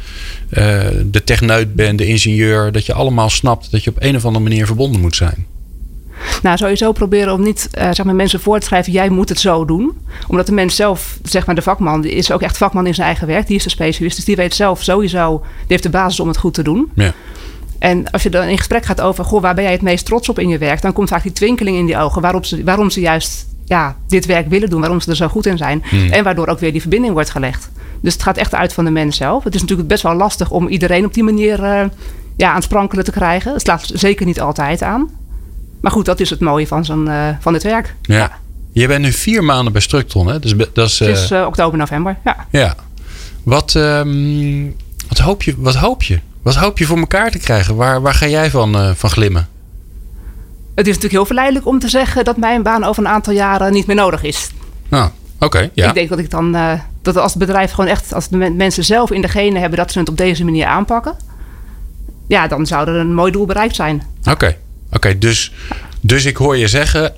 de techneut bent, de ingenieur. Dat je allemaal snapt dat je op een of andere manier verbonden moet zijn. Nou, sowieso proberen om niet mensen voor te schrijven, jij moet het zo doen. Omdat de mens zelf, de vakman, die is ook echt vakman in zijn eigen werk. Die is de specialist, dus die weet zelf sowieso, die heeft de basis om het goed te doen. Ja. En als je dan in gesprek gaat over, waar ben jij het meest trots op in je werk? Dan komt vaak die twinkeling in die ogen waarom ze juist dit werk willen doen. Waarom ze er zo goed in zijn. En waardoor ook weer die verbinding wordt gelegd. Dus het gaat echt uit van de mens zelf. Het is natuurlijk best wel lastig om iedereen op die manier aansprankelijk te krijgen. Het slaat zeker niet altijd aan. Maar goed, dat is het mooie van dit werk. Ja. Je bent nu 4 maanden bij Structon, hè? Dus dat is, het is oktober, november. Ja. Wat hoop je? Wat hoop je voor elkaar te krijgen? Waar ga jij van glimmen? Het is natuurlijk heel verleidelijk om te zeggen dat mijn baan over een aantal jaren niet meer nodig is. Nou, oké. Ja. Ik denk dat ik dan dat als het bedrijf gewoon echt, als de mensen zelf in de genen hebben dat ze het op deze manier aanpakken, ja, dan zou er een mooi doel bereikt zijn. Oké. Dus ik hoor je zeggen,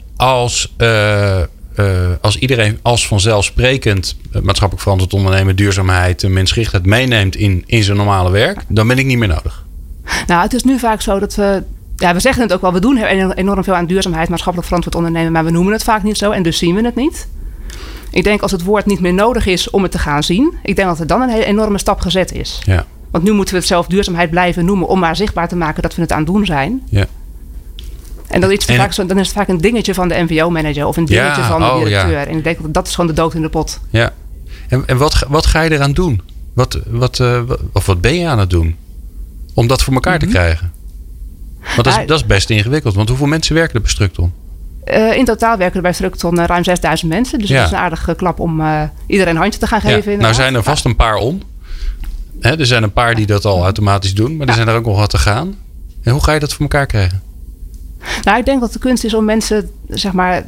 als iedereen als vanzelfsprekend maatschappelijk verantwoord ondernemen, duurzaamheid en mensgerichtheid meeneemt in zijn normale werk, dan ben ik niet meer nodig. Nou, het is nu vaak zo dat we zeggen het ook wel, we doen enorm veel aan duurzaamheid, maatschappelijk verantwoord ondernemen, maar we noemen het vaak niet zo en dus zien we het niet. Ik denk als het woord niet meer nodig is om het te gaan zien, ik denk dat er dan een hele enorme stap gezet is. Ja. Want nu moeten we het zelf duurzaamheid blijven noemen om maar zichtbaar te maken dat we het aan het doen zijn. Ja. En dan is het vaak een dingetje van de MVO-manager of een dingetje van de directeur. Ja. En ik denk dat is gewoon de dood in de pot. Ja. En wat ga je eraan doen? Wat ben je aan het doen? Om dat voor elkaar te krijgen? Want dat is best ingewikkeld. Want hoeveel mensen werken er bij Structon? In totaal werken er bij Structon ruim 6000 mensen. Dus dat is een aardige klap om iedereen een handje te gaan geven. Nou zijn er vast een paar om. Er zijn een paar die dat al automatisch doen. Maar er zijn er ook nog wat te gaan. En hoe ga je dat voor elkaar krijgen? Nou, ik denk dat de kunst is om mensen, zeg maar,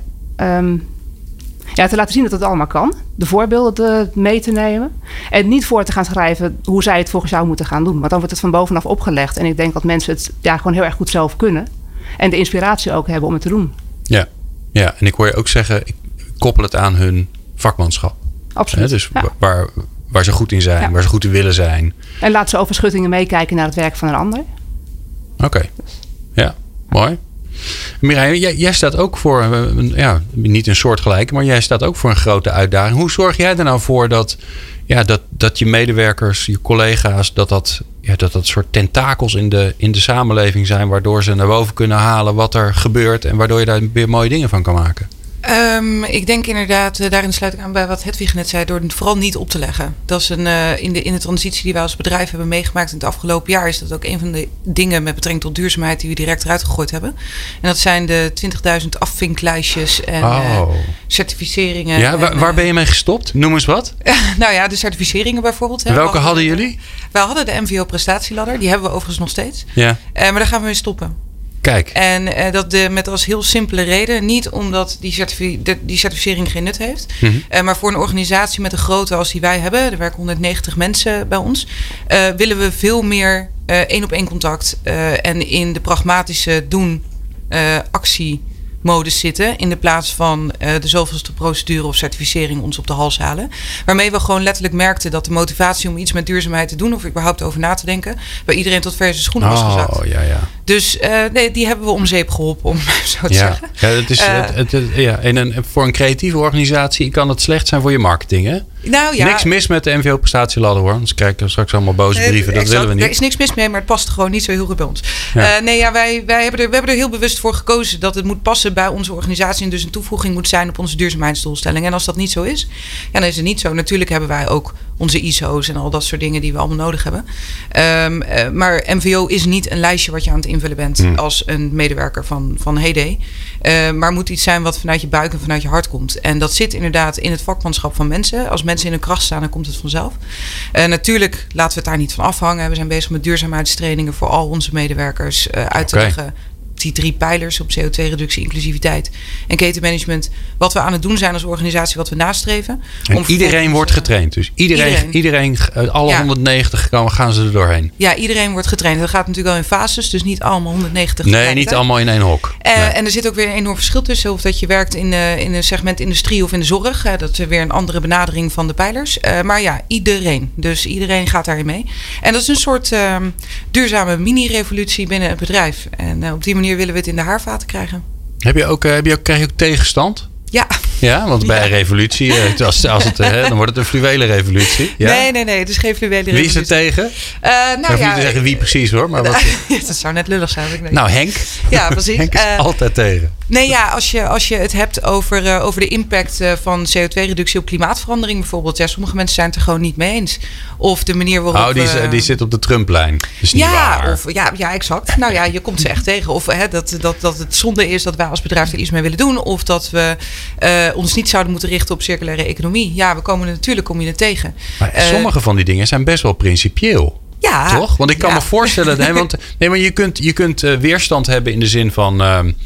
te laten zien dat het allemaal kan. De voorbeelden mee te nemen. En niet voor te gaan schrijven hoe zij het volgens jou moeten gaan doen. Want dan wordt het van bovenaf opgelegd. En ik denk dat mensen het gewoon heel erg goed zelf kunnen. En de inspiratie ook hebben om het te doen. Ja, en ik hoor je ook zeggen, ik koppel het aan hun vakmanschap. Absoluut. Dus waar ze goed in zijn, waar ze goed in willen zijn. En laat ze over schuttingen meekijken naar het werk van een ander. Oké. Ja, mooi. Mireille, jij staat ook voor, niet een soortgelijke, maar jij staat ook voor een grote uitdaging. Hoe zorg jij er nou voor dat je medewerkers, je collega's, dat soort tentakels in de samenleving zijn, waardoor ze naar boven kunnen halen wat er gebeurt en waardoor je daar weer mooie dingen van kan maken? Ik denk inderdaad, daarin sluit ik aan bij wat Hedwig net zei, door het vooral niet op te leggen. Dat is in de transitie die wij als bedrijf hebben meegemaakt in het afgelopen jaar, is dat ook een van de dingen met betrekking tot duurzaamheid die we direct eruit gegooid hebben. En dat zijn de 20.000 afvinklijstjes en certificeringen. Ja, waar ben je mee gestopt? Noem eens wat. Nou ja, de certificeringen bijvoorbeeld. Welke hadden jullie? Wij hadden de MVO prestatieladder, die hebben we overigens nog steeds. Ja. Maar daar gaan we mee stoppen. Kijk. En dat met als heel simpele reden, niet omdat die certificering geen nut heeft, maar voor een organisatie met een grootte als die wij hebben, er werken 190 mensen bij ons, willen we veel meer 1-op-1 contact en in de pragmatische actiemodus zitten in de plaats van de zoveelste procedure of certificering ons op de hals halen. Waarmee we gewoon letterlijk merkten dat de motivatie om iets met duurzaamheid te doen of überhaupt over na te denken bij iedereen tot ver zijn schoenen was gezakt. Ja. Dus die hebben we om zeep geholpen, om zo te zeggen. Ja, dat is, voor een creatieve organisatie kan het slecht zijn voor je marketing, hè? Nou, ja. Niks mis met de MVO-prestatieladder, hoor. Anders krijg ik straks allemaal boze brieven. Dat willen we niet. Er is niks mis mee, maar het past gewoon niet zo heel goed bij ons. Ja. Wij hebben er heel bewust voor gekozen dat het moet passen bij onze organisatie en dus een toevoeging moet zijn op onze duurzaamheidsdoelstelling. En als dat niet zo is, dan is het niet zo. Natuurlijk hebben wij ook onze ISO's en al dat soort dingen die we allemaal nodig hebben. Maar MVO is niet een lijstje wat je aan het invullen bent als een medewerker van Heyday. Maar moet iets zijn wat vanuit je buik en vanuit je hart komt. En dat zit inderdaad in het vakmanschap van mensen. Als mensen in hun kracht staan, dan komt het vanzelf. Natuurlijk laten we het daar niet van afhangen. We zijn bezig met duurzaamheidstrainingen voor al onze medewerkers uit te leggen. Die 3 pijlers op CO2-reductie, inclusiviteit en ketenmanagement. Wat we aan het doen zijn als organisatie, wat we nastreven. En iedereen wordt getraind. Dus iedereen alle 190 gaan ze er doorheen. Ja, iedereen wordt getraind. Dat gaat natuurlijk wel in fases, dus niet allemaal 190. Nee, niet allemaal in één hok. En er zit ook weer een enorm verschil tussen. Of dat je werkt in een segment industrie of in de zorg. Dat is weer een andere benadering van de pijlers. Maar ja, iedereen. Dus iedereen gaat daarin mee. En dat is een soort duurzame mini-revolutie binnen het bedrijf. En op die manier willen we het in de haarvaten krijgen. Krijg je ook tegenstand? Ja. Ja, want bij een revolutie, dan wordt het een fluwelen revolutie. Ja? Nee, het is geen fluwelen revolutie. Wie is er tegen? Ik hoef niet te zeggen wie precies hoor. Maar wat... dat zou net lullig zijn. Nou, Henk. Ja, precies. Henk is altijd tegen. Nee, ja, als je het hebt over de impact van CO2-reductie op klimaatverandering bijvoorbeeld. Ja, sommige mensen zijn het er gewoon niet mee eens. Of de manier waarop... die zit op de Trump-lijn. Dat is niet waar. Ja, exact. Nou ja, je komt ze echt tegen. Of dat het zonde is dat wij als bedrijf er iets mee willen doen. Of dat we ons niet zouden moeten richten op circulaire economie. Ja, we komen natuurlijk, kom je er tegen. Maar sommige van die dingen zijn best wel principieel. Ja, toch? Want ik kan me voorstellen... maar je kunt weerstand hebben in de zin van...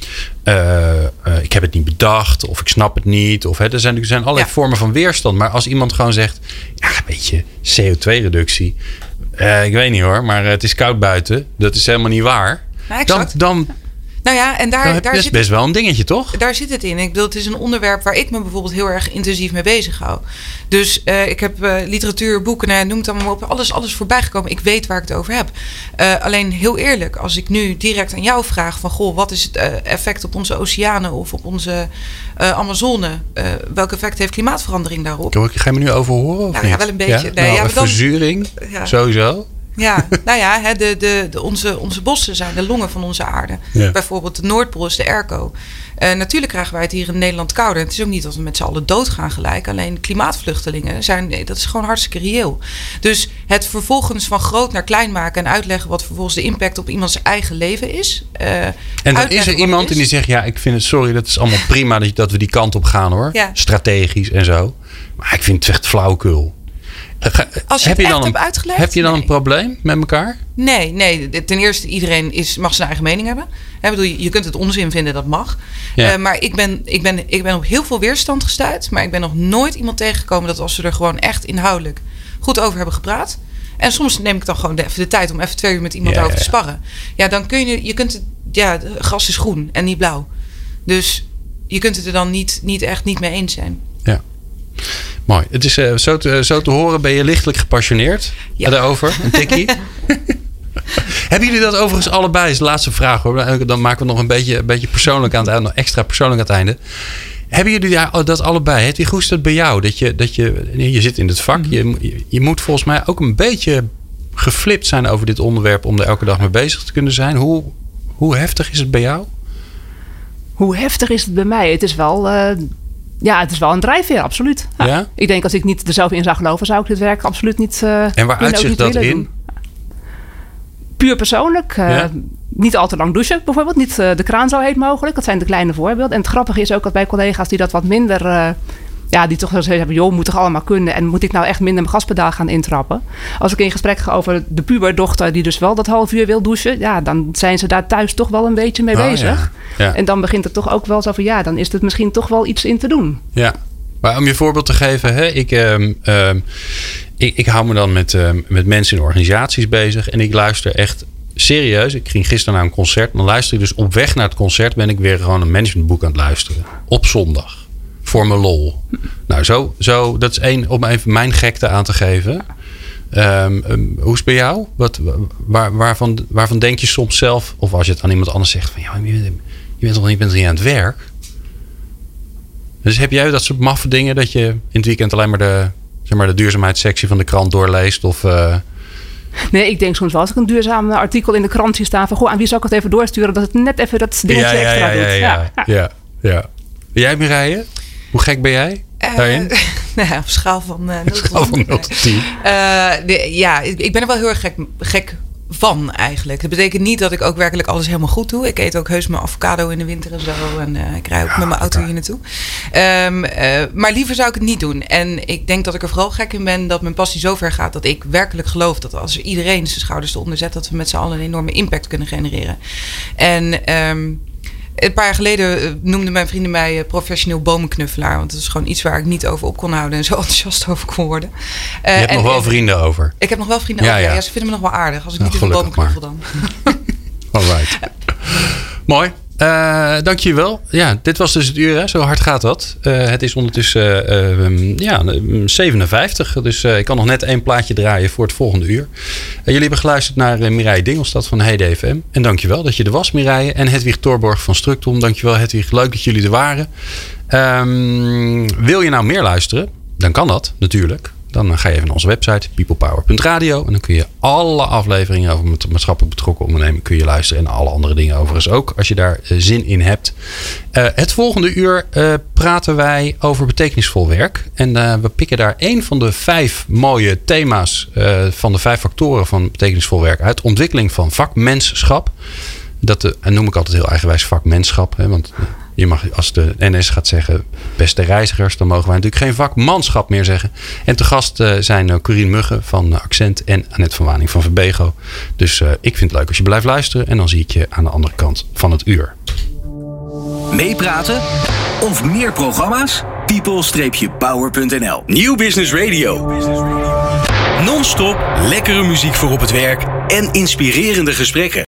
ik heb het niet bedacht. Of ik snap het niet. Of, er zijn allerlei vormen van weerstand. Maar als iemand gewoon zegt... Ja, weet je, CO2-reductie. Ik weet niet hoor, maar het is koud buiten. Dat is helemaal niet waar. Nou, dan nou ja, en daar is best wel een dingetje, toch? Daar zit het in. Ik bedoel, het is een onderwerp waar ik me bijvoorbeeld heel erg intensief mee bezig hou. Dus ik heb literatuur, boeken, noem het allemaal op. Alles voorbij gekomen. Ik weet waar ik het over heb. Alleen heel eerlijk, als ik nu direct aan jou vraag van... Goh, wat is het effect op onze oceanen of op onze Amazone? Welk effect heeft klimaatverandering daarop? Ga je me nu over horen? Of niet? Ja, wel een beetje. Ja? Verzuring, sowieso. Ja, nou ja, onze bossen zijn de longen van onze aarde. Ja. Bijvoorbeeld de Noordpool is de airco. Natuurlijk krijgen wij het hier in Nederland kouder. Het is ook niet dat we met z'n allen doodgaan gelijk. Alleen klimaatvluchtelingen dat is gewoon hartstikke reëel. Dus het vervolgens van groot naar klein maken... en uitleggen wat vervolgens de impact op iemands eigen leven is. En dan is er iemand en die zegt... ja, ik vind het, sorry, dat is allemaal prima dat we die kant op gaan hoor. Ja. Strategisch en zo. Maar ik vind het echt flauwkul. Als je hebt uitgelegd? Heb je dan een probleem met elkaar? Nee. Ten eerste, iedereen mag zijn eigen mening hebben. Je kunt het onzin vinden, dat mag. Ja. Maar ik ben op heel veel weerstand gestuurd. Maar ik ben nog nooit iemand tegengekomen... dat als we er gewoon echt inhoudelijk goed over hebben gepraat... en soms neem ik dan gewoon even de tijd... om even 2 uur met iemand over te sparren. Ja, dan kun je kunt het... Ja, gras is groen en niet blauw. Dus je kunt het er dan niet echt niet mee eens zijn. Ja. Mooi. Het is zo te horen ben je lichtelijk gepassioneerd daarover. Een tikkie. Hebben jullie dat overigens allebei? Dat is de laatste vraag hoor. Dan maken we nog een beetje persoonlijk aan het einde. Nog extra persoonlijk aan het einde. Hebben jullie dat allebei? Hoe is dat bij jou? Dat je zit in het vak. Je moet volgens mij ook een beetje geflipt zijn over dit onderwerp. Om er elke dag mee bezig te kunnen zijn. Hoe heftig is het bij jou? Hoe heftig is het bij mij? Het is wel... het is wel een drijfveer, absoluut. Ja? Ik denk als ik niet er zelf in zou geloven... zou ik dit werk absoluut niet en waar uitzicht dat in? Doen. Puur persoonlijk. Niet al te lang douchen bijvoorbeeld. Niet de kraan zo heet mogelijk. Dat zijn de kleine voorbeelden. En het grappige is ook dat bij collega's die dat wat minder... die toch wel zeggen hebben... joh, moet toch allemaal kunnen... en moet ik nou echt minder mijn gaspedaal gaan intrappen? Als ik in gesprek ga over de puberdochter... die dus wel dat half uur wil douchen... ja, dan zijn ze daar thuis toch wel een beetje mee bezig. Ja. En dan begint het toch ook wel zo van... dan is het misschien toch wel iets in te doen. Ja, maar om je voorbeeld te geven... ik hou me dan met mensen in organisaties bezig... en ik luister echt serieus. Ik ging gisteren naar een concert... dan luister ik dus op weg naar het concert... ben ik weer gewoon een managementboek aan het luisteren. Op zondag. Voor mijn lol. Nou, zo dat is om even mijn gekte aan te geven. Hoe is het bij jou? Waarvan denk je soms zelf... of als je het aan iemand anders zegt... van je bent toch niet aan het werk? Dus heb jij dat soort maffe dingen... dat je in het weekend alleen maar de duurzaamheidssectie van de krant doorleest? Of... Nee, ik denk soms wel als ik een duurzaam artikel in de krant zie staan... van aan wie zou ik het even doorsturen... dat het net even dat dingetje extra doet. Ja. Jij, Mireille? Hoe gek ben jij daarin? Op schaal van 0 tot 10. Ik ben er wel heel erg gek van eigenlijk. Dat betekent niet dat ik ook werkelijk alles helemaal goed doe. Ik eet ook heus mijn avocado in de winter en zo. En ik rij ook met mijn auto hier naartoe. Maar liever zou ik het niet doen. En ik denk dat ik er vooral gek in ben dat mijn passie zo ver gaat... dat ik werkelijk geloof dat als iedereen zijn schouders eronder zet... dat we met z'n allen een enorme impact kunnen genereren. En... een paar jaar geleden noemden mijn vrienden mij professioneel bomenknuffelaar. Want dat is gewoon iets waar ik niet over op kon houden en zo enthousiast over kon worden. Je hebt nog wel vrienden over. Ik heb nog wel vrienden over. Ja, ze vinden me nog wel aardig. Als ik niet in een boom knuffel dan. Alright. Mooi. Dank je wel. Ja, dit was dus het uur. Hè? Zo hard gaat dat. Het is ondertussen 57. Dus ik kan nog net 1 plaatje draaien voor het volgende uur. Jullie hebben geluisterd naar Mireille Dingelstad van Hey DFM. En dankjewel dat je er was, Mireille. En Hedwig Torborg van Structon. Dankjewel, Hedwig. Leuk dat jullie er waren. Wil je nou meer luisteren? Dan kan dat natuurlijk. Dan ga je even naar onze website peoplepower.radio. En dan kun je alle afleveringen over maatschappelijk betrokken ondernemen kun je luisteren. En alle andere dingen overigens ook. Als je daar zin in hebt. Het volgende uur praten wij over betekenisvol werk. En we pikken daar 1 van de 5 mooie thema's. Van de 5 factoren van betekenisvol werk uit. Ontwikkeling van vakmenschap. Dat noem ik altijd heel eigenwijs vakmanschap. Hè, want je mag, als de NS gaat zeggen beste reizigers, dan mogen wij natuurlijk geen vakmanschap meer zeggen. En te gast zijn Corine Mugge van Accent en Annette van Waning van Verbego. Dus ik vind het leuk als je blijft luisteren. En dan zie ik je aan de andere kant van het uur. Meepraten of meer programma's? people-power.nl. Nieuw Business Radio. Non-stop lekkere muziek voor op het werk en inspirerende gesprekken.